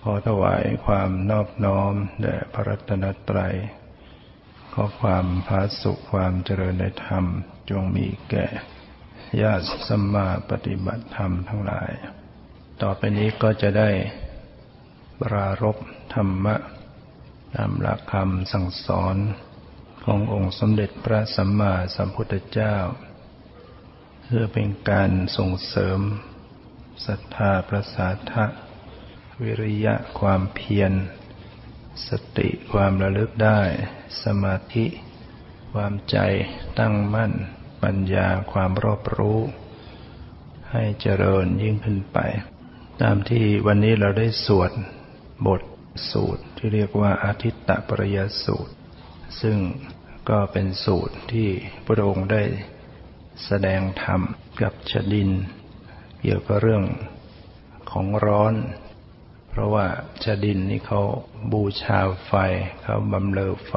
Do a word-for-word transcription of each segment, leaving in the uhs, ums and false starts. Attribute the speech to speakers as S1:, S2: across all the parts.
S1: ขอถวายความนอบน้อมแด่พระรัตนตรัยขอความผาสุกความเจริญในธรรมจงมีแก่ญาติสัมมาปฏิบัติธรรมทั้งหลายต่อไปนี้ก็จะได้ปรารภธรรมะตามหลักคำสั่งสอนขององค์สมเด็จพระสัมมาสัมพุทธเจ้าเพื่อเป็นการส่งเสริมศรัทธาประสาทะวิริยะความเพียรสติความระลึกได้สมาธิความใจตั้งมั่นปัญญาความรอบรู้ให้เจริญยิ่งขึ้นไปตามที่วันนี้เราได้สวดบทสูตรที่เรียกว่าอาทิตตปริยสูตรซึ่งก็เป็นสูตรที่พระองค์ได้แสดงธรรมกับชดินเกี่ยวกับเรื่องของร้อนเพราะว่าชดินนี่เขาบูชาไฟเขาบำเรอไฟ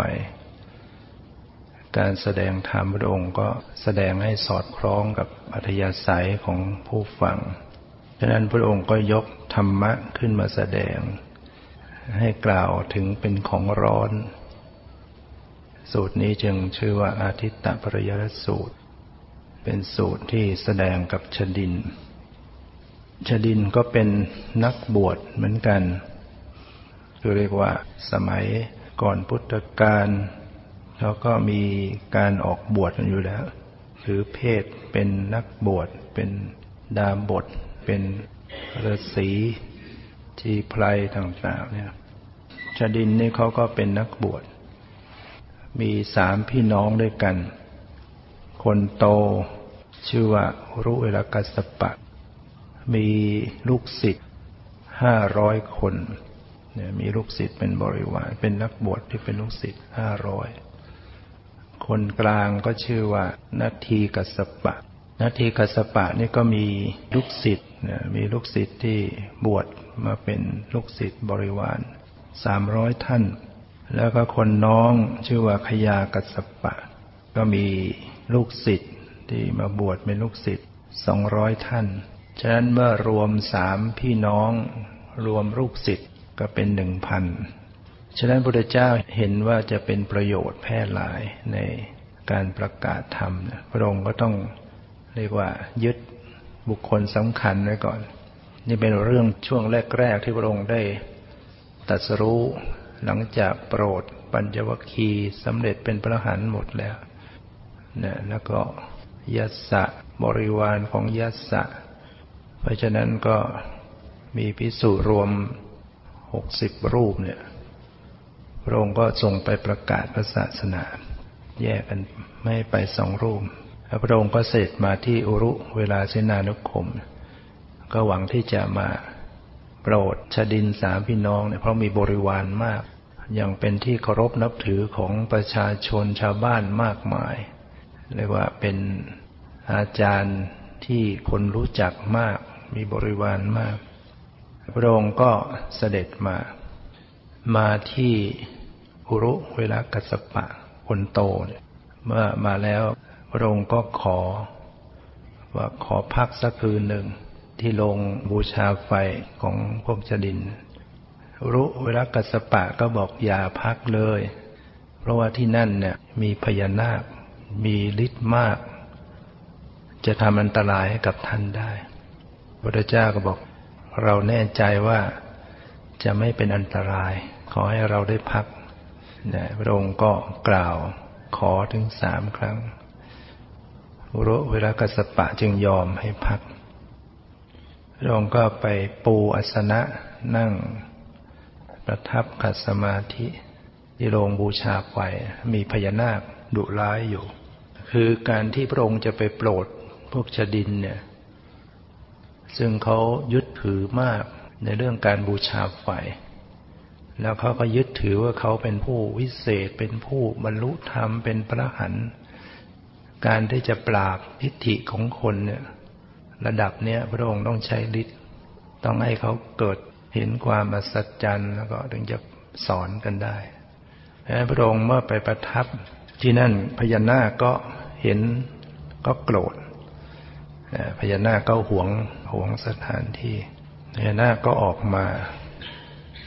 S1: การแสดงธรรมพระองค์ก็แสดงให้สอดคล้องกับอัธยาศัยของผู้ฟังฉะนั้นพระองค์ก็ยกธรรมะขึ้นมาแสดงให้กล่าวถึงเป็นของร้อนสูตรนี้จึงชื่อว่าอาทิตตปริยสูตรเป็นสูตรที่แสดงกับชดินชดินก็เป็นนักบวชเหมือนกันคือเรียกว่าสมัยก่อนพุทธกาลเขาก็มีการออกบวชกันอยู่แล้วถือเพศเป็นนักบวชเป็นดาบสเป็นฤาษีชีไพรต่างๆเนี่ยชดินนี่เขาก็เป็นนักบวชมีสามพี่น้องด้วยกันคนโตชื่อว่าอุรุเวลกัสสปะมีลูกศิษย์ห้าร้อยคนเนี่ยมีลูกศิษย์เป็นบริวารเป็นนักบวชที่เป็นลูกศิษย์ห้าร้อยคนกลางก็ชื่อว่านัทธีกัสสปะนัทธีกัสสปะนี่ก็มีลูกศิษย์เนี่ยมีลูกศิษย์ที่บวชมาเป็นลูกศิษย์บริวารสามร้อยท่านแล้วก็คนน้องชื่อว่าขยากัสสปะก็มีลูกศิษย์ที่มาบวชเป็นลูกศิษย์สองร้อยท่านฉะนั้นเมื่อรวมสามพี่น้องรวมลูกศิษย์ก็เป็น หนึ่งพัน ฉะนั้นพระพุทธเจ้าเห็นว่าจะเป็นประโยชน์แพร่หลายในการประกาศธรรมพระองค์ก็ต้องเรียกว่ายึดบุคคลสำคัญไว้ก่อนนี่เป็นเรื่องช่วงแรกๆที่พระองค์ได้ตรัสรู้หลังจากโปรดปัญจวัคคีย์สำเร็จเป็นพระอรหันต์หมดแล้วนะแล้วก็ยัสสะบริวารของยัสสะเพราะฉะนั้นก็มีภิกษุรวมหกสิบรูปเนี่ยพระองค์ก็ส่งไปประกาศพระศาสนาแยกกันไม่ไปสองรูปแล้วพระองค์ก็เสด็จมาที่อุรุเวลาเสนานุคมก็หวังที่จะมาโปรดชดินสามพี่น้องเนี่ยเพราะมีบริวารมากยังเป็นที่เคารพนับถือของประชาชนชาวบ้านมากมายเรียกว่าเป็นอาจารย์ที่คนรู้จักมากมีบริวารมากพระองค์ก็เสด็จมามาที่อุรุเวลากัสสปะคนโตเนี่ยเมื่อมาแล้วพระองค์ก็ขอว่าขอพักสักคืนหนึ่งที่โรงบูชาไฟของพวกชดินอุรุเวลากัสสปะก็บอกอย่าพักเลยเพราะว่าที่นั่นเนี่ยมีพญานาคมีฤทธิ์มากจะทำอันตรายให้กับท่านได้พระพุทธเจ้าก็บอกเราแน่ใจว่าจะไม่เป็นอันตรายขอให้เราได้พักเนี่ยพระองค์ก็กล่าวขอถึงสามครั้งอุรุเวลากัสสปะจึงยอมให้พักพระองค์ก็ไปปูอาสนะนั่งประทับขัดสมาธิที่โรงบูชาไฟมีพญานาคดุร้ายอยู่คือการที่พระองค์จะไปโปรดพวกชดินเนี่ยซึ่งเขายึดถือมากในเรื่องการบูชาไฟแล้วเขาก็ยึดถือว่าเขาเป็นผู้วิเศษเป็นผู้บรรลุธรรมเป็นพระอรหันต์การที่จะปราบทิฏฐิของคนเนี่ยระดับเนี้ยพระองค์ต้องใช้ฤทธิ์ต้องให้เขาเกิดเห็นความอัศจรรย์แล้วก็ถึงจะสอนกันได้พระองค์เมื่อไปประทับที่นั่นพญานาคก็เห็นก็โกรธพญานาคก็หวงหวงสถานที่พญานาคก็ออกมา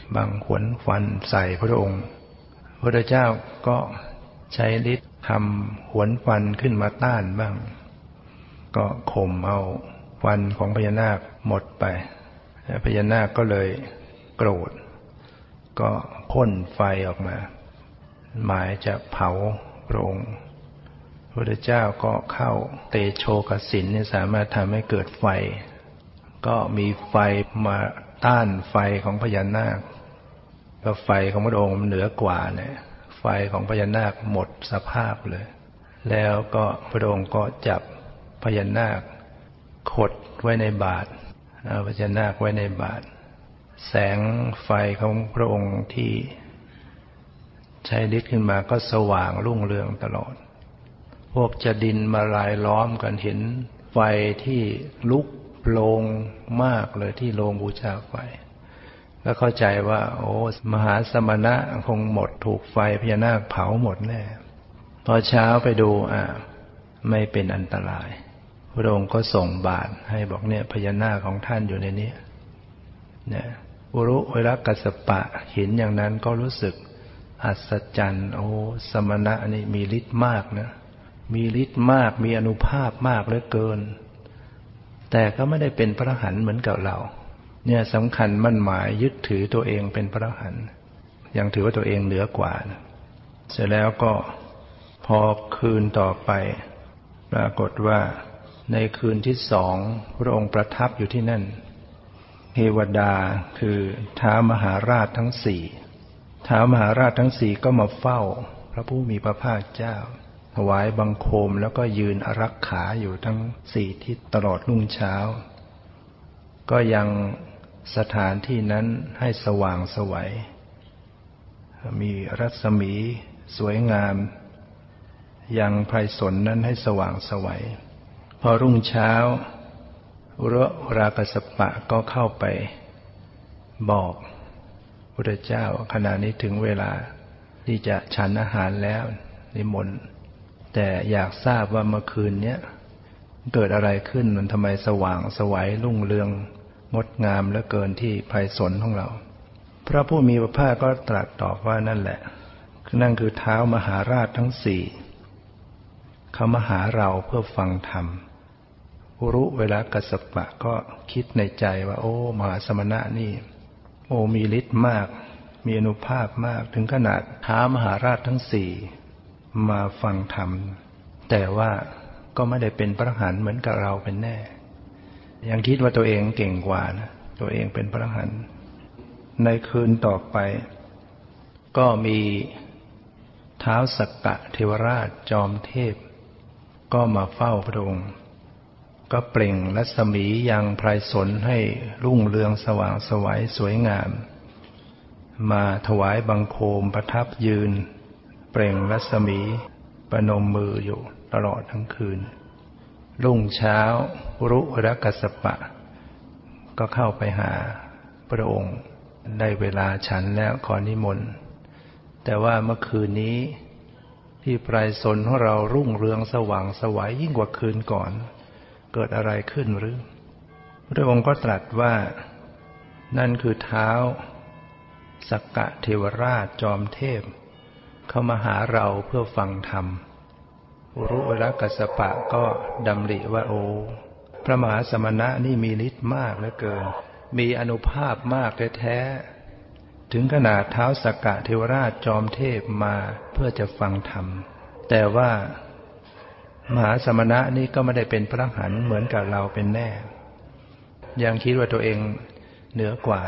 S1: บังหวนฟันใส่พระองค์พระพุทธเจ้าก็ใช้ฤทธิ์ทำหวนฟันขึ้นมาต้านบ้างก็ข่มเอาฟันของพญานาคหมดไปพญานาคก็เลยโกรธก็พ่นไฟออกมาหมายจะเผาพระองค์พระพุทธเจ้าก็เข้าเตโชกสินเนี่ยสามารถทำให้เกิดไฟก็มีไฟมาต้านไฟของพญานาคก็ไฟของพระองค์เหนือกว่าเนี่ยไฟของพญานาคหมดสภาพเลยแล้วก็พระองค์ก็จับพญานาคขดไว้ในบาตรเอาพญานาคไว้ในบาตรแสงไฟของพระองค์ที่ใช้ฤทธิ์ขึ้นมาก็สว่างรุ่งเรืองตลอดพวกจดินมาลายล้อมกันเห็นไฟที่ลุกโลงมากเลยที่โรงบูชาไฟแล้วเข้าใจว่าโอ้มหาสมณะคงหมดถูกไฟพญานาคเผาหมดแน่พอเช้าไปดูอ่ะไม่เป็นอันตรายพระองค์ก็ส่งบาตรให้บอกเนี่ยพญานาคของท่านอยู่ในนี้เนี่ยอุรุเวรกัสสปะเห็นอย่างนั้นก็รู้สึกอัศจรรย์โอ้สมณะนี่มีฤทธิ์มากนะมีฤทธิ์มากมีอานุภาพมากเหลือเกินแต่ก็ไม่ได้เป็นพระอรหันต์เหมือนกับเราเนี่ยสำคัญมั่นหมายยึดถือตัวเองเป็นพระอรหันต์ยังถือว่าตัวเองเหนือกว่านะเสร็จแล้วก็พอคืนต่อไปปรากฏว่าในคืนที่สองพระองค์ประทับอยู่ที่นั่นเทวดาคือท้าวมหาราชทั้งสี่ท้าวมหาราชทั้งสี่ก็มาเฝ้าพระผู้มีพระภาคเจ้าถวายบังคมแล้วก็ยืนอารักขาอยู่ทั้งสี่ทิศตลอดรุ่งเช้าก็ยังสถานที่นั้นให้สว่างไสวมีรัศมีสวยงามยังไพรสนนั้นให้สว่างไสวพอรุ่งเช้าอุรุรากัสสปะก็เข้าไปบอกพระพุทธเจ้าขณะนี้ถึงเวลาที่จะฉันอาหารแล้วนิมนต์แต่อยากทราบว่าเมื่อคืนนี้เกิดอะไรขึ้นมันทำไมสว่างไสวรุ่งเรืองงดงามเหลือเกินที่ไพรสนของเราพระผู้มีพระภาคก็ตรัสตอบว่านั่นแหละนั่นคือท้าวมหาราชทั้งสี่เขามาหาเราเพื่อฟังธรรมอุรุเวรกัสสปะก็คิดในใจว่าโอ้มหาสมณะนี่โอ้มีฤทธิ์มากมีอานุภาพมากถึงขนาดท้าวมหาราชทั้งสี่มาฟังธรรมแต่ว่าก็ไม่ได้เป็นพระอรหันต์เหมือนกับเราเป็นแน่ยังคิดว่าตัวเองเก่งกว่านะตัวเองเป็นพระอรหันต์ในคืนต่อไปก็มีท้าวสักกะเทวราชจอมเทพก็มาเฝ้าพระองค์ก็เปล่งรัศมียังไพรสนให้รุ่งเรืองสว่างไสวสวยงามมาถวายบังคมประทับยืนเปล่งรัศมีประนมมืออยู่ตลอดทั้งคืนรุ่งเช้าอุรุเวรกัสสปะก็เข้าไปหาพระองค์ได้เวลาฉันแล้วขอนิมนต์แต่ว่าเมื่อคืนนี้ที่ไพรสนของเรารุ่งเรืองสว่างไสวยิ่งกว่าคืนก่อนเกิดอะไรขึ้นหรือพระองค์ก็ตรัสว่านั่นคือท้าวสักกะเทวราชจอมเทพเข้ามาหาเราเพื่อฟังธรรมอุรุเวรกัสสปะก็ดำริว่าโอ้พระมหาสมณะนี่มีฤทธิ์มากเหลือเกินมีอานุภาพมากแท้ๆถึงขนาดท้าวสักกะเทวราชจอมเทพมาเพื่อจะฟังธรรมแต่ว่ามหาสมณะนี่ก็ไม่ได้เป็นพระอรหันต์เหมือนกับเราเป็นแน่ยังคิดว่าตัวเองเหนือกว่า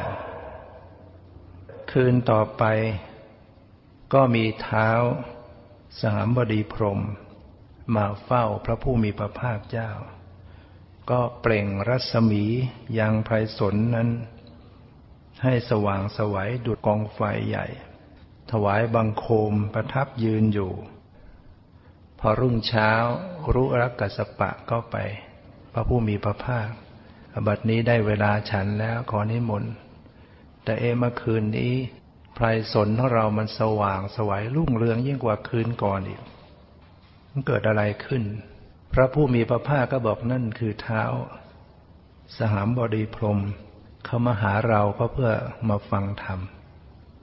S1: คืนต่อไปก็มีท้าวสหบดีพรหมมาเฝ้าพระผู้มีพระภาคเจ้าก็เปล่งรัศมียังไพรสนนั้นให้สว่างไสวดุจกองไฟใหญ่ถวายบังคมประทับยืนอยู่พอรุ่งเช้าอุรุเวรกัสสปะก็ไปพระผู้มีพระภาคบัดนี้ได้เวลาฉันแล้วขอนิมนต์แต่เอเมื่อคืนนี้ไพรสนของเรามันสว่างไสวรุ่งเรืองยิ่งกว่าคืนก่อนอีกมันเกิดอะไรขึ้นพระผู้มีพระภาคก็บอกนั่นคือท้าวสหบดีพรหมเขามาหาเราก็เพื่อมาฟังธรรม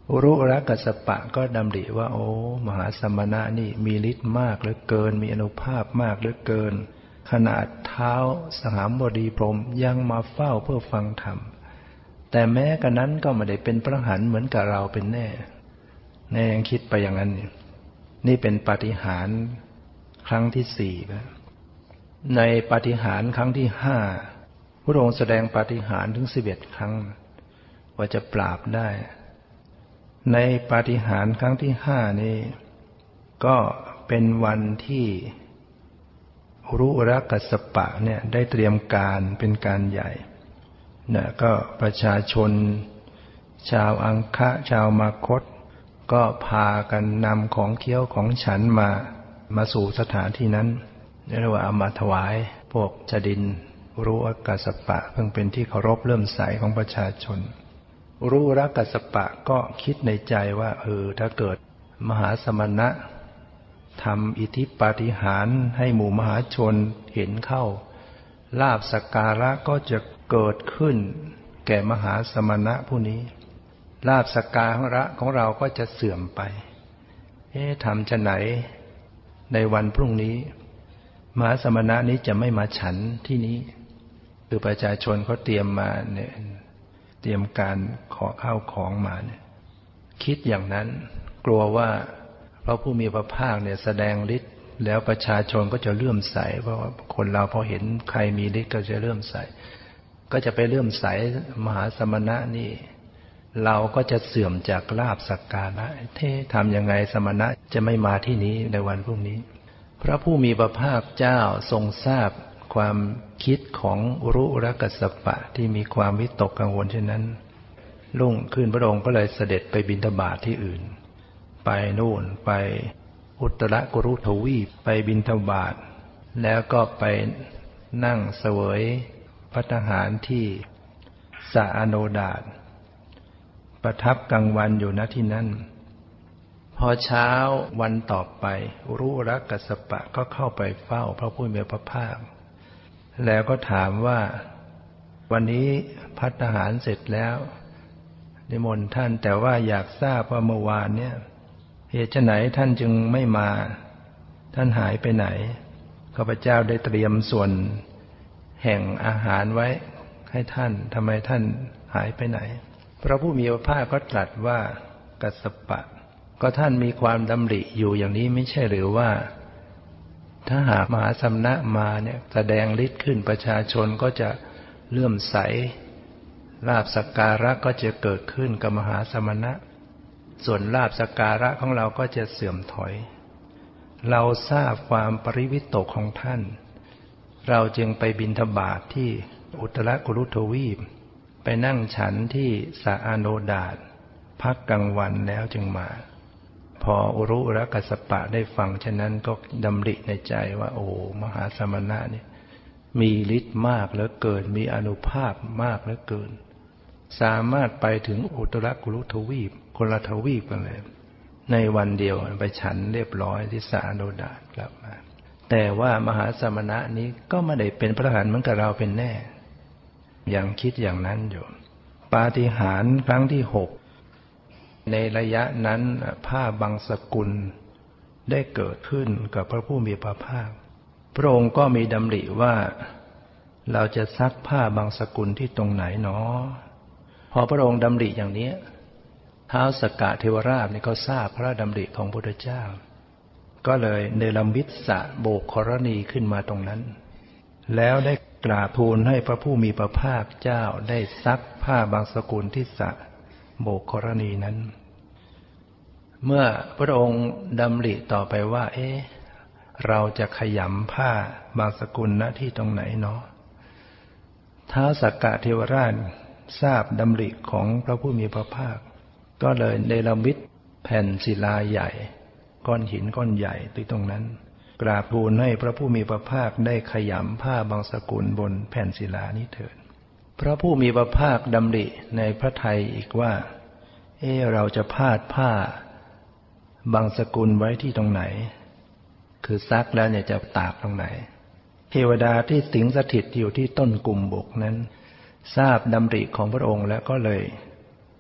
S1: อุรุรักกัสสปะก็ดำริว่าโอ้มหาสมณะนี่มีฤทธิ์มากเหลือเกินมีอานุภาพมากเหลือเกินขนาดเท้าสหามบดีพรหมยังมาเฝ้าเพื่อฟังธรรมแต่แม้กระนั้นก็ไม่ได้เป็นพระอรหันต์เหมือนกับเราเป็นแน่แน่ยังคิดไปอย่างนั้นนี่เป็นปาฏิหาริย์ครั้งที่สี่แล้วในปาฏิหาริย์ครั้งที่ห้าพระองค์แสดงปาฏิหาริย์ถึงสิบเอ็ดครั้งว่าจะปราบได้ในปาฏิหาริย์ครั้งที่ห้านี้ก็เป็นวันที่อุรุรักกัสสปะเนี่ยได้เตรียมการเป็นการใหญ่เนี่ยก็ประชาชนชาวอังคะชาวมาคธก็พากันนำของเคี้ยวของฉันมามาสู่สถานที่นั้นเรียกว่าเอามาถวายพวกจดินอุรุรักกัสสปะเพิ่งเป็นที่เคารพเลื่อมใสของประชาชนอุรุรักกัสสปะก็คิดในใจว่าเออถ้าเกิดมหาสมณะทำอิทธิปาฏิหาริย์ให้หมู่มหาชนเห็นเข้าลาภสักการะก็จะเกิดขึ้นแก่มหาสมณะผู้นี้ลาภสักการะของเราก็จะเสื่อมไปเอ๊ะทำจะไหนในวันพรุ่งนี้มหาสมณะนี้จะไม่มาฉันที่นี้คือประชาชนเขาเตรียมมาเนี่ยเตรียมการขอข้าวของมาเนี่ยคิดอย่างนั้นกลัวว่าพระผู้มีพระภาคเนี่ยแสดงฤทธิ์แล้วประชาชนก็จะเลื่อมใสเพราะว่าคนเราพอเห็นใครมีฤทธิ์ก็จะเลื่อมใสก็จะไปเลื่อมใสมหาสมณะนี่เราก็จะเสื่อมจากลาภสักการะเท่ทำยังไงสมณะจะไม่มาที่นี้ในวันพรุ่งนี้พระผู้มีพระภาคเจ้าทรงทราบความคิดของอุรุรักกัสสปะที่มีความวิตกกังวลเช่นนั้นรุ่งขึ้นพระองค์ก็เลยเสด็จไปบิณฑบาตที่อื่นไปนู่นไปอุตรกุรุทวีปไปบิณฑบาตแล้วก็ไปนั่งเสวยภัตตาหารที่สะอโนดาตประทับกลางวันอยู่ณที่นั้นพอเช้าวันต่อไปอุรุรักกัสสปะก็เข้าไปเฝ้าพระผู้มีพระภาคแล้วก็ถามว่าวันนี้ภัตตาหารเสร็จแล้วนิมนต์ท่านแต่ว่าอยากทราบว่าเมื่อวานเนี่ยเหตุไฉนท่านจึงไม่มาท่านหายไปไหนข้าพเจ้าได้เตรียมส่วนแห่งอาหารไว้ให้ท่านทำไมท่านหายไปไหนพระผู้มีพระภาคก็ตรัสว่ากัสสปะก็ท่านมีความดำริอยู่อย่างนี้ไม่ใช่หรือว่าถ้าหากมหาสมณะมาเนี่ยแสดงฤทธิ์ขึ้นประชาชนก็จะเลื่อมใสลาภสักการะก็จะเกิดขึ้นกับมหาสมณะส่วนลาภสักการะของเราก็จะเสื่อมถอยเราทราบความปริวิตกของท่านเราจึงไปบิณฑบาตที่อุตรกุรุทวีปไปนั่งฉันที่สะอโนดาตพักกลางวันแล้วจึงมาพออุรุรักกัสสปะได้ฟังฉะนั้นก็ดำริในใจว่าโอ้มหาสมณะนี่มีฤทธิ์มากเหลือเกินมีอานุภาพมากเหลือเกินสามารถไปถึงอุตรกุรุทวีปคนละทวีปกันเลยในวันเดียวไปฉันเรียบร้อยที่สะอโนดาตกลับมาแต่ว่ามหาสมณะนี้ก็ไม่ได้เป็นพระอรหันต์เหมือนกับเราเป็นแน่ยังคิดอย่างนั้นอยู่ปาฏิหาริย์ครั้งที่หกในระยะนั้นผ้าบางสกุลได้เกิดขึ้นกับพระผู้มีพระภาคพระองค์ก็มีดำริว่าเราจะซักผ้าบางสกุลที่ตรงไหนเนาะพอพระองค์ดำริอย่างนี้ท้าวสักกะเทวราชนี่เขาทราบพระดำริของพระพุทธเจ้าก็เลยเนรมิตสระโบกขรณีขึ้นมาตรงนั้นแล้วได้กราบทูลให้พระผู้มีพระภาคเจ้าได้ซักผ้าบางสกุลที่สระโบกขรณีนั้นเมื่อพระองค์ดำริต่อไปว่าเอ๊ะเราจะขยำผ้าบางสกุลณที่ตรงไหนเนาะท้าวสักกะเทวราชทราบดำริของพระผู้มีพระภาคก็เลยเนรมิตแผ่นศิลาใหญ่ก้อนหินก้อนใหญ่ที่ตรงนั้นกราบทูลให้พระผู้มีพระภาคได้ขยำผ้าบางสกุลบนแผ่นศิลานี้เถิดพระผู้มีพระภาคดำริในพระทัยอีกว่าเอ๊ะเราจะพาดผ้าบางสกุลไว้ที่ตรงไหนคือซักแล้วเนี่ยจะตากตรงไหนเทวดาที่สิงสถิตอยู่ที่ต้นกุมบกนั้นทราบดำริของพระองค์แล้วก็เลย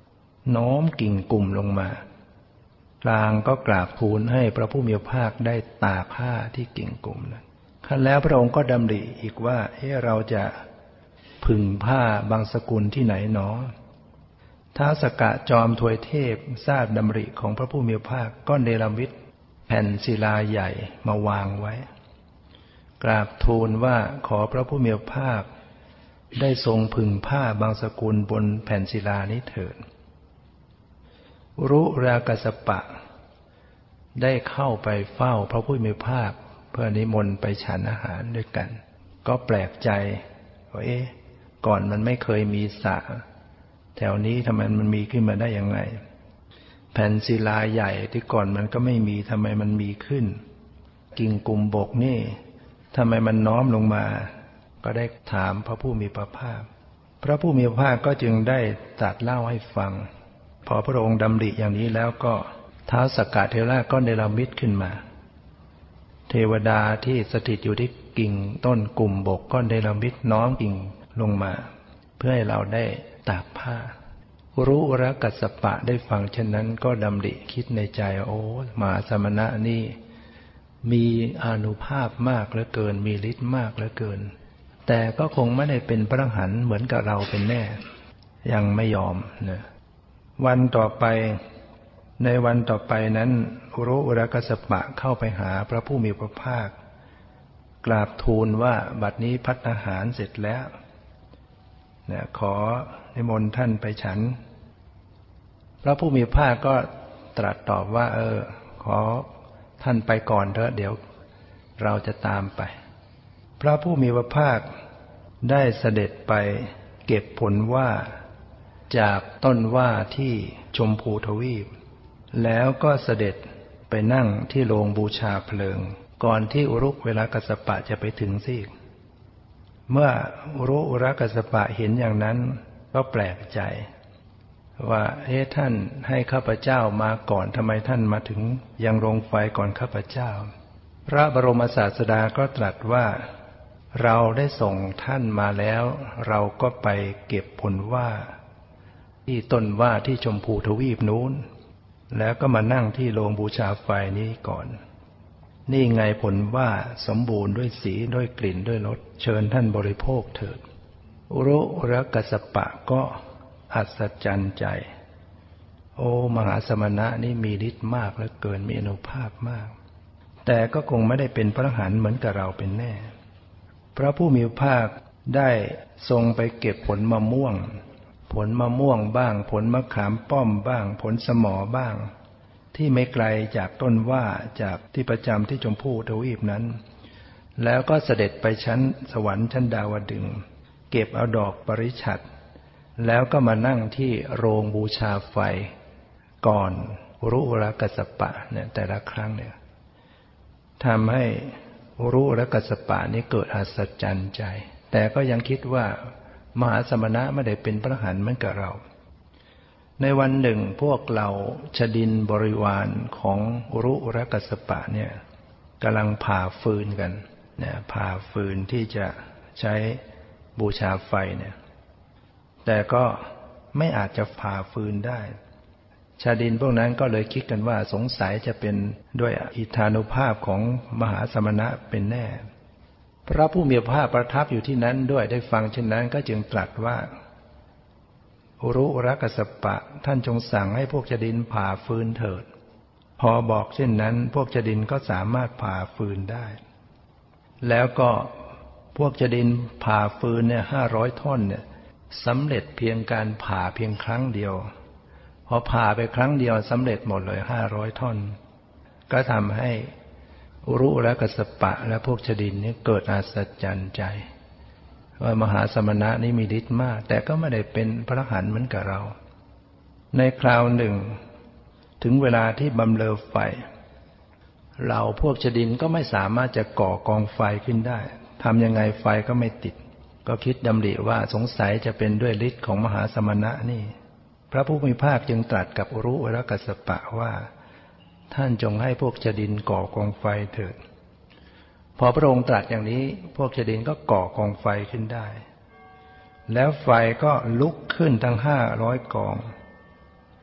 S1: โน้มกิ่งกลุ่มลงมากลางก็กราบทูลให้พระผู้มีพระภาคได้ตากผ้าที่กิ่งกลุ่มนั้นขั้นแล้วพระองค์ก็ดำริอีกว่าเอ๊ะเราจะผึ่งผ้าบางสกุลที่ไหนหนอท้าวสักกะจอมทวยเทพทราบดำริของพระผู้มีพระภาคก็เนรมิตแผ่นศิลาใหญ่มาวางไว้กราบทูลว่าขอพระผู้มีพระภาคได้ทรงผึ่งผ้าบางสกุลบนแผ่นศิลานี้เถิดรุรากัสสปะได้เข้าไปเฝ้าพระผู้มีพระภาคเพื่อนิมนต์ไปฉันอาหารด้วยกันก็แปลกใจว่าเอ๊ะก่อนมันไม่เคยมีสระแถวนี้ทำไมมันมีขึ้นมาได้ยังไงแผ่นศิลาใหญ่ที่ก่อนมันก็ไม่มีทำไมมันมีขึ้นกิ่งกุมบกนี่ทำไมมันน้อมลงมาก็ได้ถามพระผู้มีพระภาคพระผู้มีพระภาคก็จึงได้ตรัสเล่าให้ฟังพอพระองค์ดำริอย่างนี้แล้วก็ท้าวสักกะเทระก็เนรมิตขึ้นมาเทวดาที่สถิตอยู่ที่กิ่งต้นกุมบกก็เนรมิตน้อมกิ่งลงมาเพื่อให้เราได้ตากผ้ารุรกัสสปะได้ฟังเช่นนั้นก็ดำริคิดในใจโอ้มหาสมณะนี่มีอานุภาพมากเหลือเกินมีฤทธิ์มากเหลือเกินแต่ก็คงไม่ได้เป็นพระอรหันต์เหมือนกับเราเป็นแน่ยังไม่ยอมนะวันต่อไปในวันต่อไปนั้นรุรกัสสปะเข้าไปหาพระผู้มีพระภาคกราบทูลว่าบัดนี้ภัตตาหารเสร็จแล้วนะขอนิมนต์ท่านไปฉันพระผู้มีพระภาคก็ตรัสตอบว่าเออขอท่านไปก่อนเถอะเดี๋ยวเราจะตามไปพระผู้มีพระภาคได้เสด็จไปเก็บผลว่าจากต้นว่าที่ชมพูทวีปแล้วก็เสด็จไปนั่งที่โรงบูชาเพลิงก่อนที่อุรุเวลากัสสปะจะไปถึงซีกเมื่ออุรุเวลากัสสปะเห็นอย่างนั้นก็แปลกใจว่าเอ๊ะท่านให้ข้าพเจ้ามาก่อนทำไมท่านมาถึงยังโรงไฟก่อนข้าพเจ้าพระบรมศาสดาก็ตรัสว่าเราได้ส่งท่านมาแล้วเราก็ไปเก็บผลว่าที่ต้นว่าที่ชมพูทวีปนู้นแล้วก็มานั่งที่โรงบูชาไฟนี้ก่อนนี่ไงผลว่าสมบูรณ์ด้วยสีด้วยกลิ่นด้วยรสเชิญท่านบริโภคเถิดอุรุรกัสสปะก็อัศจรรย์ใจโอ้มหาสมณะนี่มีฤทธิ์มากเหลือเกินมีอานุภาพมากแต่ก็คงไม่ได้เป็นพระอรหันต์เหมือนกับเราเป็นแน่พระผู้มีพระภาคได้ทรงไปเก็บผลมะม่วงผลมะม่วงบ้างผลมะขามป้อมบ้างผลสมอบ้างที่ไม่ไกลจากต้นว่าจากที่ประจำที่ชมพูทวีปนั้นแล้วก็เสด็จไปชั้นสวรรค์ชั้นดาวดึงส์เก็บเอาดอกปริฉัตรแล้วก็มานั่งที่โรงบูชาไฟก่อนรุรกัสสปะเนี่ยแต่ละครั้งเนี่ยทำให้รุรกัสสปะนี้เกิดอัศจรรย์ใจแต่ก็ยังคิดว่ามหาสมณะไม่ได้เป็นพระอรหันต์เหมือนกับเราในวันหนึ่งพวกเราชดินบริวารของรุรกัสสปะเนี่ยกำลังผ่าฟืนกันเนี่ยผ่าฟืนที่จะใช้บูชาไฟเนี่ยแต่ก็ไม่อาจจะผ่าฟืนได้ชาดินพวกนั้นก็เลยคิดกันว่าสงสัยจะเป็นด้วยอิทธานุภาพของมหาสมณะเป็นแน่พระผู้มีพระภาคประทับอยู่ที่นั้นด้วยได้ฟังเช่นนั้นก็จึงตรัสว่าอุรุรกัสสปะท่านจงสั่งให้พวกชดินผ่าฟืนเถิดพอบอกเช่นนั้นพวกชดินก็สามารถผ่าฟืนได้แล้วก็พวกชดินผ่าฟืนเนี่ยห้าร้อยท่อนเนี่ยสำเร็จเพียงการผ่าเพียงครั้งเดียวพอผ่าไปครั้งเดียวสำเร็จหมดเลยห้าร้อยท่อนก็ทำให้อุรุและกัสสปะและพวกชดินนี้เกิดอัศจรรย์ใจว่ามหาสมณะนี้มีฤทธิ์มากแต่ก็ไม่ได้เป็นพระอรหันต์เหมือนกับเราในคราวหนึ่งถึงเวลาที่บำเรอไฟเราพวกชดินก็ไม่สามารถจะก่อกองไฟขึ้นได้ทำยังไงไฟก็ไม่ติดก็คิดดำริว่าสงสัยจะเป็นด้วยฤทธิ์ของมหาสมณะนี่พระผู้มีพระภาคจึงตรัสกับอุรุและกัสสปะว่าท่านจงให้พวกชดินก่อกองไฟเถิดพอพระองค์ตรัสอย่างนี้พวกชดินก็ก่อกองไฟขึ้นได้แล้วไฟก็ลุกขึ้นทั้งห้าร้อยกอง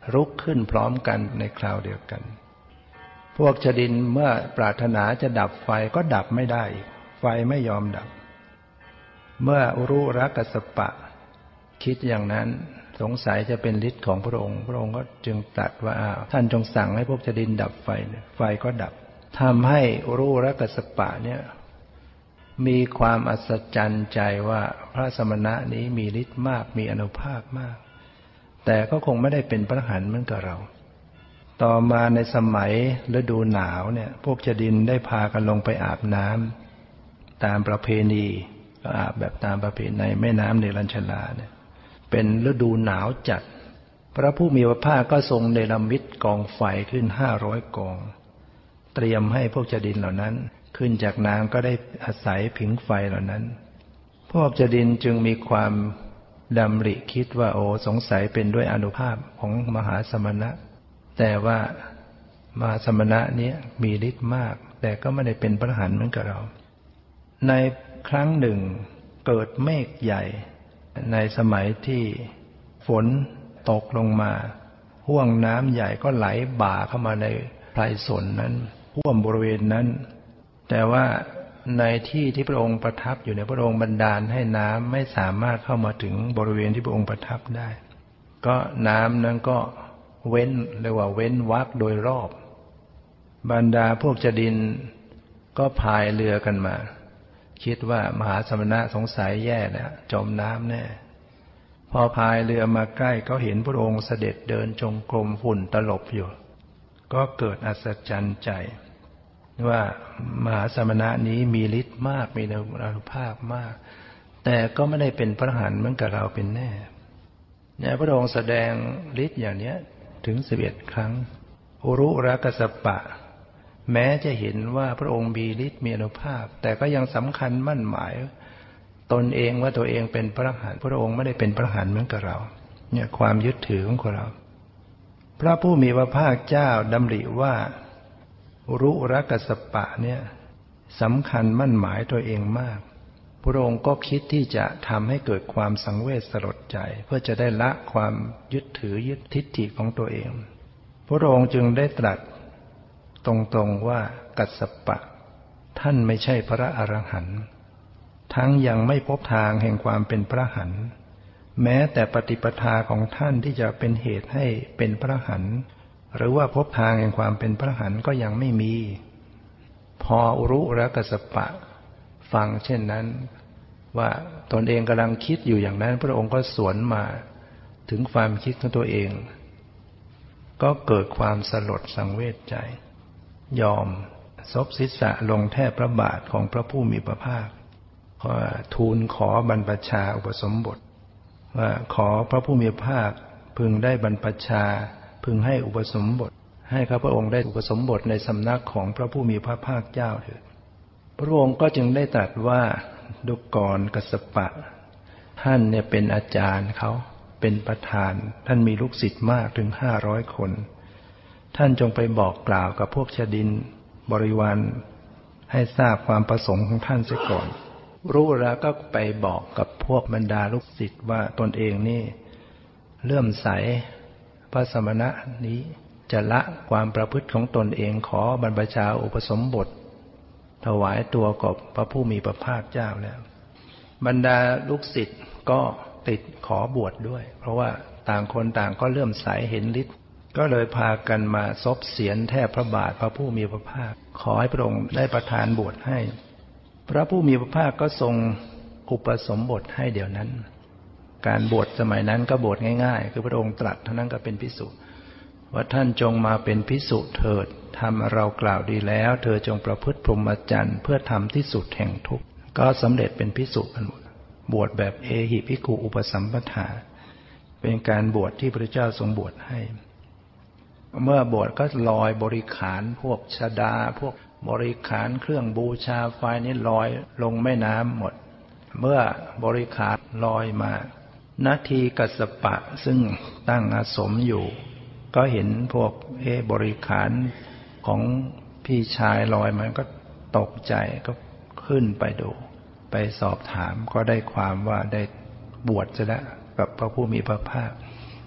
S1: รุกขึ้นพร้อมกันในคราวเดียวกันพวกชดินเมื่อปรารถนาจะดับไฟก็ดับไม่ได้ไฟไม่ยอมดับเมื่ออุรุรกัสสปะคิดอย่างนั้นสงสัยจะเป็นฤทธิ์ของพระองค์พระองค์ก็จึงตรัสว่าท่านจงสั่งให้พวกชดินดับไฟไฟก็ดับทำให้อุรุรกัสสปะเนี่ยมีความอัศจรรย์ใจว่าพระสมณะนี้มีฤทธิ์มากมีอานุภาพมากแต่ก็คงไม่ได้เป็นพระอรหันต์เหมือนกับเราต่อมาในสมัยฤดูหนาวเนี่ยพวกชดินได้พากันลงไปอาบน้ำตามประเพณีก็อาบแบบตามประเพณีในแม่น้ำเนรัญชลาเนี่ยเป็นฤดูหนาวจัดพระผู้มีพระภาคก็ทรงเนรมิตกองไฟขึ้นห้าร้อยกองเตรียมให้พวกชดินเหล่านั้นขึ้นจากน้ำก็ได้อาศัยผิงไฟเหล่านั้นพวกชดินจึงมีความดำริคิดว่าโอ้สงสัยเป็นด้วยอานุภาพของมหาสมณะแต่ว่ามหาสมณะนี้มีฤทธิ์มากแต่ก็ไม่ได้เป็นพระอรหันต์เหมือนกับเราในครั้งหนึ่งเกิดเมฆใหญ่ในสมัยที่ฝนตกลงมาห้วงน้ำใหญ่ก็ไหลบ่าเข้ามาในไพรสนนั้นท่วมบริเวณนั้นแต่ว่าในที่ที่พระองค์ประทับอยู่ในพระองค์บันดาลให้น้ำไม่สามารถเข้ามาถึงบริเวณที่พระองค์ประทับได้ก็น้ำนั้นก็เว้นเรียกว่าเว้นวรรคโดยรอบบรรดาพวกชดินก็พายเรือกันมาคิดว่ามหาสมณะสงสัยแย่แล้วจมน้ำแน่พอพายเรือมาใกล้ก็เห็นพระองค์เสด็จเดินจงกรมฝุ่นตลบอยู่ก็เกิดอัศจรรย์ใจว่ามหาสมณะนี้มีฤทธิ์มากมีอานุภาพมากแต่ก็ไม่ได้เป็นพระอรหันต์เหมือนกับเราเป็นแน่เนี่ยพระองค์แสดงฤทธิ์อย่างนี้ถึงสิบเอ็ดครั้งอุรุรกัสสปะแม้จะเห็นว่าพระองค์มีฤทธิ์มีอานุภาพแต่ก็ยังสำคัญมั่นหมายตนเองว่าตัวเองเป็นพระอรหันต์พระองค์ไม่ได้เป็นพระอรหันต์เหมือนกับเราเนี่ยความยึดถือของเราพระผู้มีพระภาคเจ้าดำริว่าอุรุรกัสสปะเนี่ยสำคัญมั่นหมายตัวเองมากพระองค์ก็คิดที่จะทำให้เกิดความสังเวชสลดใจเพื่อจะได้ละความยึดถือยึดทิฏฐิของตัวเองพระองค์จึงได้ตรัสตรงๆว่ากัสสปะท่านไม่ใช่พระอรหันต์ทั้งยังไม่พบทางแห่งความเป็นพระอรหันต์แม้แต่ปฏิปทาของท่านที่จะเป็นเหตุให้เป็นพระอรหันต์หรือว่าพบทางแห่งความเป็นพระอรหันต์ก็ยังไม่มีพออุรุรกัสสปะฟังเช่นนั้นว่าตนเองกำลังคิดอยู่อย่างนั้นพระองค์ก็สวนมาถึงความคิดของตัวเองก็เกิดความสลดสังเวชใจยอมซบศีรษะลงแทบพระบาทของพระผู้มีพระภาคทูลขอบรรพชาอุปสมบทว่าขอพระผู้มีพระภาคพึงได้บรรพชาพึงให้อุปสมบทให้ข้าพระองค์ได้อุปสมบทในสำนักของพระผู้มีพระภาคเจ้าเถิดพระองค์ก็จึงได้ตรัสว่าดูก่อนกัสสปะท่านเนี่ยเป็นอาจารย์เขาเป็นประธานท่านมีลูกศิษย์มากถึงห้าร้อยคนท่านจงไปบอกกล่าวกับพวกชดินบริวารให้ทราบความประสงค์ของท่านเสียก่อนรู้แล้วก็ไปบอกกับพวกบรรดาลูกศิษย์ว่าตนเองนี่เลื่อมใสพระสมณะนี้จะละความประพฤติของตนเองขอบรรพชาอุปสมบทถวายตัวกับพระผู้มีพระภาคเจ้าแล้วบรรดาลูกศิษย์ก็ติดขอบวชด้วยเพราะว่าต่างคนต่างก็เลื่อมใสเห็นฤทธิ์ก็เลยพากันมาซบเสียนแทบพระบาทพระผู้มีพระภาคขอให้พระองค์ได้ประทานบวชให้พระผู้มีพระภาคก็ทรงอุปสมบทให้เดี๋ยวนั้นการบวชสมัยนั้นก็บวชง่ายๆคือพระองค์ตรัสเท่านั้นก็เป็นภิกษุว่าท่านจงมาเป็นภิกษุเถิดทำเรากล่าวดีแล้วเธอจงประพฤติพรหมจรรย์เพื่อทำที่สุดแห่งทุกข์ก็สำเร็จเป็นภิกษุกันหมดบวชแบบเอหิภิกขุอุปสัมปทาเป็นการบวชที่พระเจ้าทรงบวชให้เมื่อบวชก็ลอยบริขารพวกชฎาพวกบริขารเครื่องบูชาไฟนี้ลอยลงแม่น้ำหมดเมื่อบริขารลอยมานาทีกัสสปะซึ่งตั้งอาสมอยู่ก็เห็นพวกเอบริขารของพี่ชายลอยมาก็ตกใจก็ขึ้นไปดูไปสอบถามก็ได้ความว่าได้บวชจะแล้วกับพระผู้มีพระภาค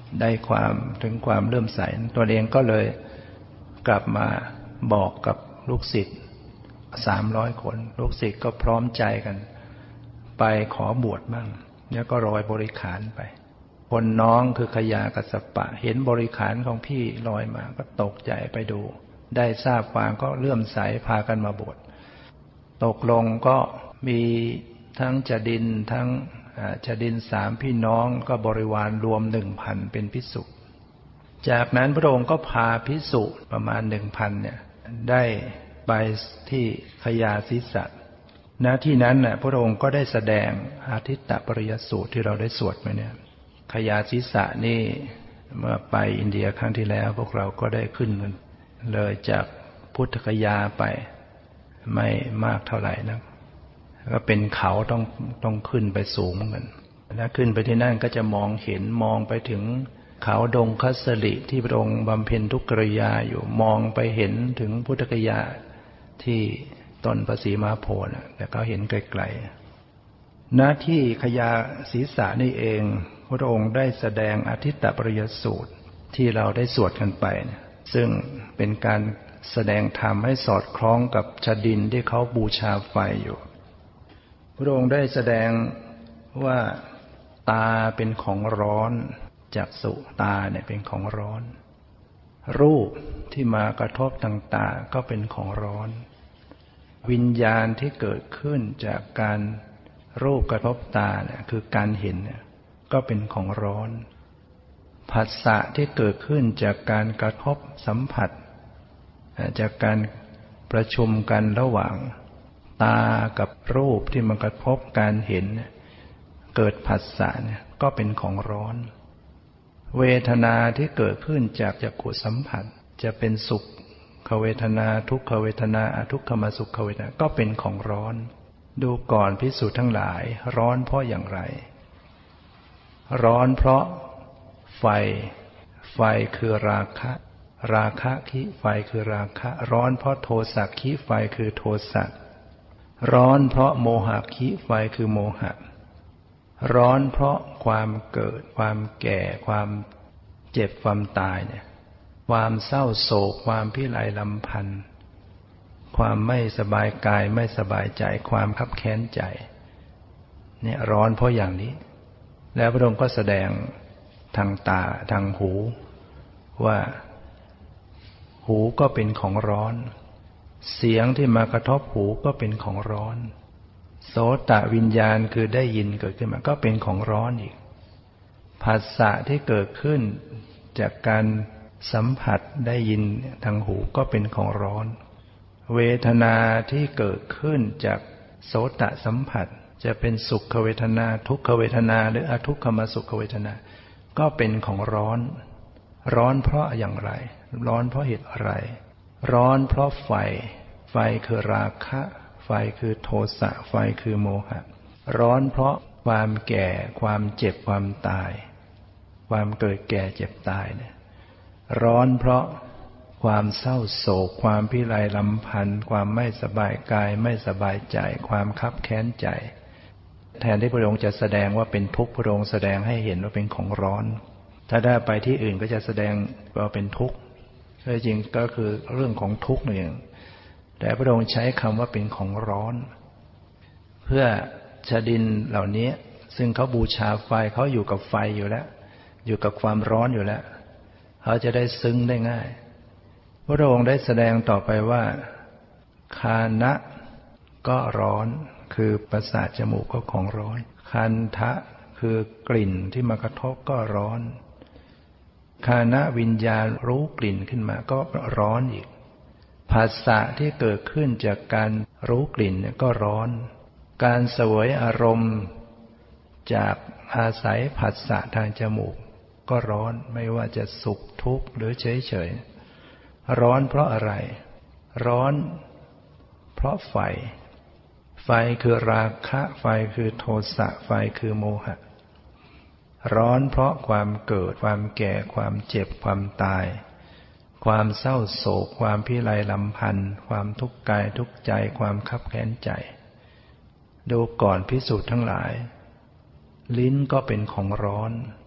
S1: ได้ความถึงความเลื่อมใสตัวเองก็เลยกลับมาบอกกับลูกศิษย์สามร้อยคนลูกศิษย์ก็พร้อมใจกันไปขอบวชบ้างแล้วก็โรยบริขารไปคนน้องคือขยากัสสปะเห็นบริขารของพี่ลอยมาก็ตกใจไปดูได้ทราบความก็เลื่อมใสพากันมาบวชตกลงก็มีทั้งจดินทั้งจดินสามพี่น้องก็บริวารรวมหนึ่งพันเป็นภิกษุจากนั้นพระองค์ก็พาภิกษุประมาณหนึ่งพันเนี่ยได้ไปที่ขยาศีสะณที่นั้นน่ะพระองค์ก็ได้แสดงอาทิตตปริยสูตรที่เราได้สวดมาเนี่ยขยาศีสะนี่เมื่อไปอินเดียครั้งที่แล้วพวกเราก็ได้ขึ้นเลยจากพุทธคยาไปไม่มากเท่าไหร่นะก็เป็นเขาต้องต้องขึ้นไปสูงเหมือนกันถ้าขึ้นไปที่นั่นก็จะมองเห็นมองไปถึงเขาดงคัสลิที่พระองค์บำเพ็ญทุกขกิริยาอยู่มองไปเห็นถึงพุทธคยาที่ต้นพระศรีมหาโพธิ์แต่ก็เห็นไกลๆหน้าที่ขยาศีสะนี่เองพระองค์ได้แสดงอาทิตตปริยสูตรที่เราได้สวดกันไปซึ่งเป็นการแสดงธรรมให้สอดคล้องกับชดินที่เขาบูชาไฟอยู่พระองค์ได้แสดงว่าตาเป็นของร้อนจักษุตาเนี่ยเป็นของร้อนรูปที่มากระทบทางตาก็เป็นของร้อนวิญญาณที่เกิดขึ้นจากการรูปกระทบตาเนี่ยคือการเห็นเนี่ยก็เป็นของร้อนผัสสะที่เกิดขึ้นจากการกระทบสัมผัสจากการประชุมกันระหว่างตากับรูปที่มันกระทบการเห็นเกิดผัสสะเนี่ยก็เป็นของร้อนเวทนาที่เกิดขึ้นจากจักขุสัมผัสจะเป็นสุขเวทนาทุกขเวทนาอทุกขมสุขเวทนาก็เป็นของร้อนดูก่อนภิกษุทั้งหลายร้อนเพราะอย่างไรร้อนเพราะไฟไฟคือราคะราคะคิไฟคือราคะร้อนเพราะโทสะคิไฟคือโทสะร้อนเพราะโมหะคิไฟคือโมหะร้อนเพราะความเกิดความแก่ความเจ็บความตายเนี่ยความเศร้าโศกความพิไรลำพันธ์ความไม่สบายกายไม่สบายใจความคับแค้นใจเนี่ยร้อนเพราะอย่างนี้แล้วพระองค์ก็แสดงทางตาทางหูว่าหูก็เป็นของร้อนเสียงที่มากระทบหูก็เป็นของร้อนโสตวิญญาณคือได้ยินเกิดขึ้นมาก็เป็นของร้อนอีกผัสสะที่เกิดขึ้นจากการสัมผัสได้ยินทางหูก็เป็นของร้อนเวทนาที่เกิดขึ้นจากโสตสัมผัสจะเป็นสุขเวทนาทุกขเวทนาหรืออทุกขมสุขเวทนาก็เป็นของร้อนร้อนเพราะอย่างไรร้อนเพราะเหตุอะไรร้อนเพราะไฟไฟคือราคะไฟคือโทสะไฟคือโมหะร้อนเพราะความแก่ความเจ็บความตายความเกิดแก่เจ็บตายเนี่ยร้อนเพราะความเศร้าโศกความพิไรลำพันธ์ความไม่สบายกายไม่สบายใจความคับแค้นใจแทนที่พระองค์จะแสดงว่าเป็นทุกข์พระองค์แสดงให้เห็นว่าเป็นของร้อนถ้าได้ไปที่อื่นก็จะแสดงว่าเป็นทุกข์จริงก็คือเรื่องของทุกข์นั่นเองแต่พระองค์ใช้คำว่าเป็นของร้อนเพื่อชดินเหล่านี้ซึ่งเขาบูชาไฟเขาอยู่กับไฟอยู่แล้วอยู่กับความร้อนอยู่แล้วเขาจะได้ซึ้งได้ง่ายพระองค์ได้แสดงต่อไปว่าคานะก็ร้อนคือประสาทจมูกก็ของร้อนคันทะคือกลิ่นที่มากระทบก็ร้อนคานะวิญญาณรู้กลิ่นขึ้นมาก็ร้อนอีกผัสสะที่เกิดขึ้นจากการรู้กลิ่นเนี่ยก็ร้อนการเสวยอารมณ์จากอาศัยผัสสะทางจมูกก็ร้อนไม่ว่าจะสุขทุกข์หรือเฉยๆร้อนเพราะอะไรร้อนเพราะไฟไฟคือราคะไฟคือโทสะไฟคือโมหะร้อนเพราะความเกิดความแก่ความเจ็บความตายความเศร้าโศกความพิไรลำพันธ์ความทุกข์กายทุกข์ใจความคับแค้นใจดูก่อนภิกษุทั้งหลายลิ้นก็เป็นของร้อน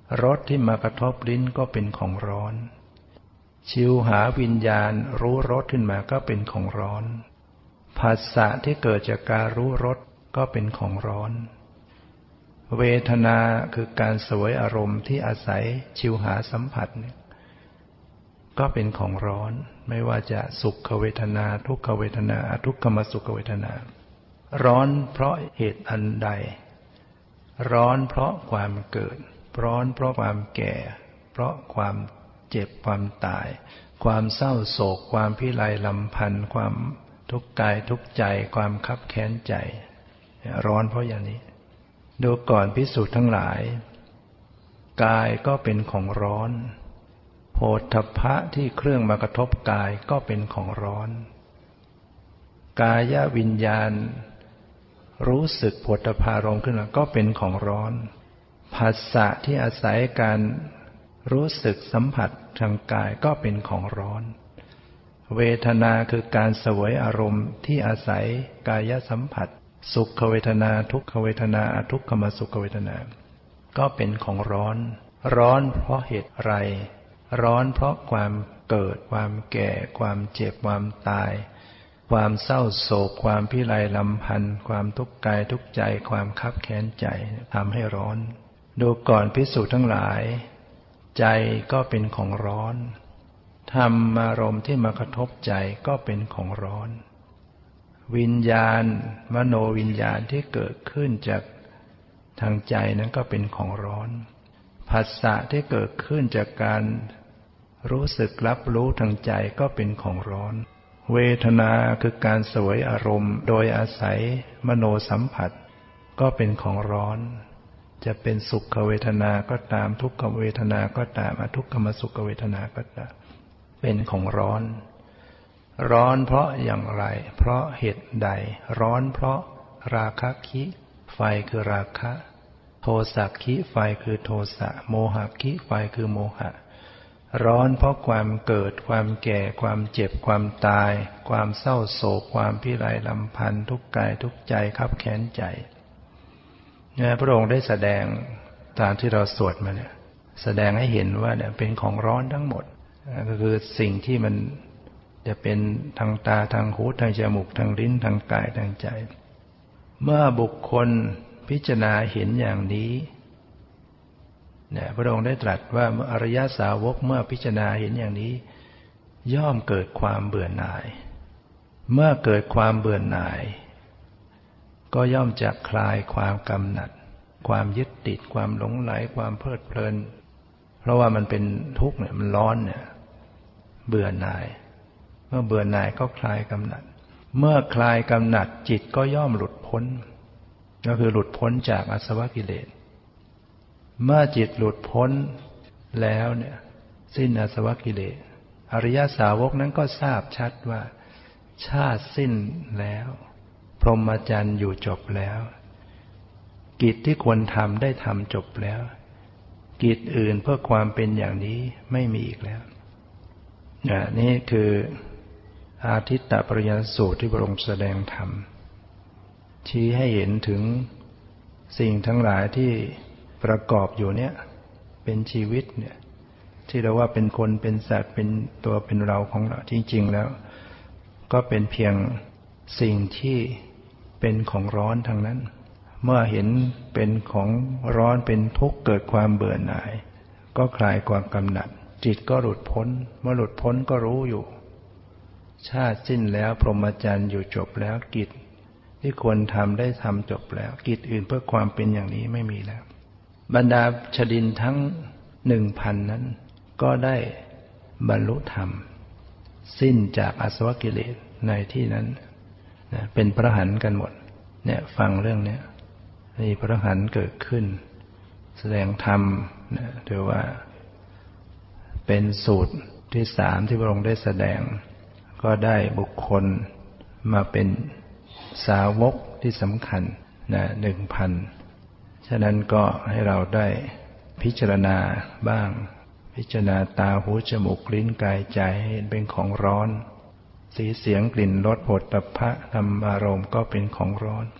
S1: รสที่มากระทบลิ้นก็เป็นของร้อนชิวหาวิญญาณรู้รสขึ้นมาก็เป็นของร้อนผัสสะที่เกิดจากการรู้รสก็เป็นของร้อนเวทนาคือการเสวยอารมณ์ที่อาศัยชิวหาสัมผัสเนี่ยก็เป็นของร้อนไม่ว่าจะสุขเวทนาทุกขเวทนาอทุกขมสุขเวทนาร้อนเพราะเหตุอันใดร้อนเพราะความเกิดร้อนเพราะความแก่เพราะความเจ็บความตายความเศร้าโศกความพิไรลำพันธ์ความทุกข์กายทุกข์ใจความคับแค้นใจร้อนเพราะอย่างนี้ดูก่อนภิกษุทั้งหลายกายก็เป็นของร้อนโผฏฐัพพะที่เครื่องมากระทบกายก็เป็นของร้อนกายวิญญาณรู้สึกโผฏฐัพพารมณ์ขึ้นมาก็เป็นของร้อนผัสสะที่อาศัยการรู้สึกสัมผัสทางกายก็เป็นของร้อนเวทนาคือการเสวยอารมณ์ที่อาศัยกายสัมผัสสุขเวทนาทุกขเวทนาอทุกขมสุขเวทนาก็เป็นของร้อนร้อนเพราะเหตุไรร้อนเพราะความเกิดความแก่ความเจ็บความตายความเศร้าโศกความพิไรลำพันธ์ความทุกข์กายทุกข์ใจความคับแค้นใจทำให้ร้อนดูก่อนภิกษุทั้งหลายใจก็เป็นของร้อนธรรมารมณ์ที่มากระทบใจก็เป็นของร้อนวิญญาณมโนวิญญาณที่เกิดขึ้นจากทางใจนั้นก็เป็นของร้อนผัสสะที่เกิดขึ้นจากการรู้สึกรับรู้ทางใจก็เป็นของร้อนเวทนาคือการเสวยอารมณ์โดยอาศัยมโนสัมผัสก็เป็นของร้อนจะเป็นสุขเวทนาก็ตามทุกขเวทนาก็ตามอทุกขมสุขเวทนาก็ตามเป็นของร้อนร้อนเพราะอย่างไรเพราะเหตุใดร้อนเพราะราคะคิไฟคือราคะโทสะคิไฟคือโทสะโมหะคิไฟคือโมหะร้อนเพราะความเกิดความแก่ความเจ็บความตายความเศร้าโศกความพิไรลำพันธ์ทุกข์กายทุกข์ใจคับแค้นใจเนี่ยพระองค์ได้แสดงตามที่เราสวดมาเนี่ยแสดงให้เห็นว่าเนี่ยเป็นของร้อนทั้งหมดก็คือสิ่งที่มันจะเป็นทางตาทางหูทางจมูกทางลิ้นทางกายทางใจเมื่อบุคคลพิจารณาเห็นอย่างนี้เนี่ยพระองค์ได้ตรัสว่าอริยสาวกเมื่อพิจารณาเห็นอย่างนี้ย่อมเกิดความเบื่อหน่ายเมื่อเกิดความเบื่อหน่ายก็ย่อมจะคลายความกำหนัดความยึดติดความหลงไหลความเพลิดเพลินเพราะว่ามันเป็นทุกข์เนี่ยมันร้อนเนี่ยเบื่อหน่ายเมื่อเบื่อหน่ายก็คลายกำหนัดเมื่อคลายกำหนัดจิตก็ย่อมหลุดพ้นก็คือหลุดพ้นจากอาสวะกิเลสเมื่อจิตหลุดพ้นแล้วเนี่ยสิ้นอาสวะกิเลสอริยสาวกนั้นก็ทราบชัดว่าชาติสิ้นแล้วพรหมจรรย์อยู่จบแล้วกิจที่ควรทำได้ทำจบแล้วกิจอื่นเพื่อความเป็นอย่างนี้ไม่มีอีกแล้วนี่คืออาทิตตปริญญาสูตรที่พระองค์แสดงธรรมชี้ให้เห็นถึงสิ่งทั้งหลายที่ประกอบอยู่เนี่ยเป็นชีวิตเนี่ยที่เราว่าเป็นคนเป็นสัตว์เป็นตัวเป็นเราของเราจริงๆแล้วก็เป็นเพียงสิ่งที่เป็นของร้อนทั้งนั้นเมื่อเห็นเป็นของร้อนเป็นทุกข์เกิดความเบื่อหน่ายก็คลายความกำหนัดจิตก็หลุดพ้นเมื่อหลุดพ้นก็รู้อยู่ชาติสิ้นแล้วพรหมจรรย์อยู่จบแล้วกิจที่ควรทำได้ทำจบแล้วกิจอื่นเพื่อความเป็นอย่างนี้ไม่มีแล้วบรรดาชดินทั้งหนึ่งพันนั้นก็ได้บรรลุธรรมสิ้นจากอาสวะกิเลสในที่นั้นนะเป็นพระหันต์กันหมดเนี่ยฟังเรื่องนี้มีพระหันต์เกิดขึ้นแสดงธรรมนะถือว่าเป็นสูตรที่สามที่พระองค์ได้แสดงก็ได้บุคคลมาเป็นสาวกที่สำคัญนะหนึ่งพันฉะนั้นก็ให้เราได้พิจารณาบ้างพิจารณาตาหูจมูกลิ้นกายใจเห็นเป็นของร้อนสีเสียงกลิ่นรสโผฏฐัพพะธรรมารมณ์ก็เป็นของร้อน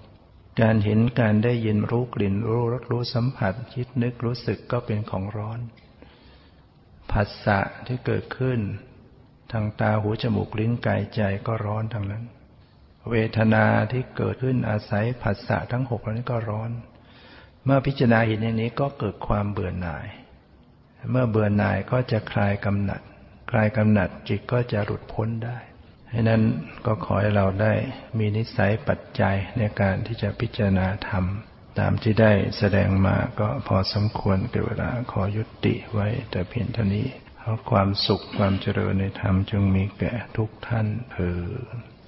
S1: การเห็นการได้ยินรู้กลิ่นรู้รสรู้สัมผัสคิดนึกรู้สึกก็เป็นของร้อนผัสสะที่เกิดขึ้นทางตาหูจมูกลิ้นกายใจก็ร้อนทั้งนั้นเวทนาที่เกิดขึ้นอาศัยผัสสะทั้งหกเหล่านี้ก็ร้อนเมื่อพิจารณาเห็นอย่างนี้ก็เกิดความเบื่อหน่ายเมื่อเบื่อหน่ายก็จะคลายกำหนัดคลายกำหนัดจิตก็จะหลุดพ้นได้ฉะนั้นก็ขอให้เราได้มีนิสัยปัจจัยในการที่จะพิจารณาธรรมตามที่ได้แสดงมาก็พอสมควรแก่เวลาขอยุติไว้แต่เพียงเท่านี้ขอความสุขความเจริญในธรรมจงมีแก่ทุกท่านเทอญ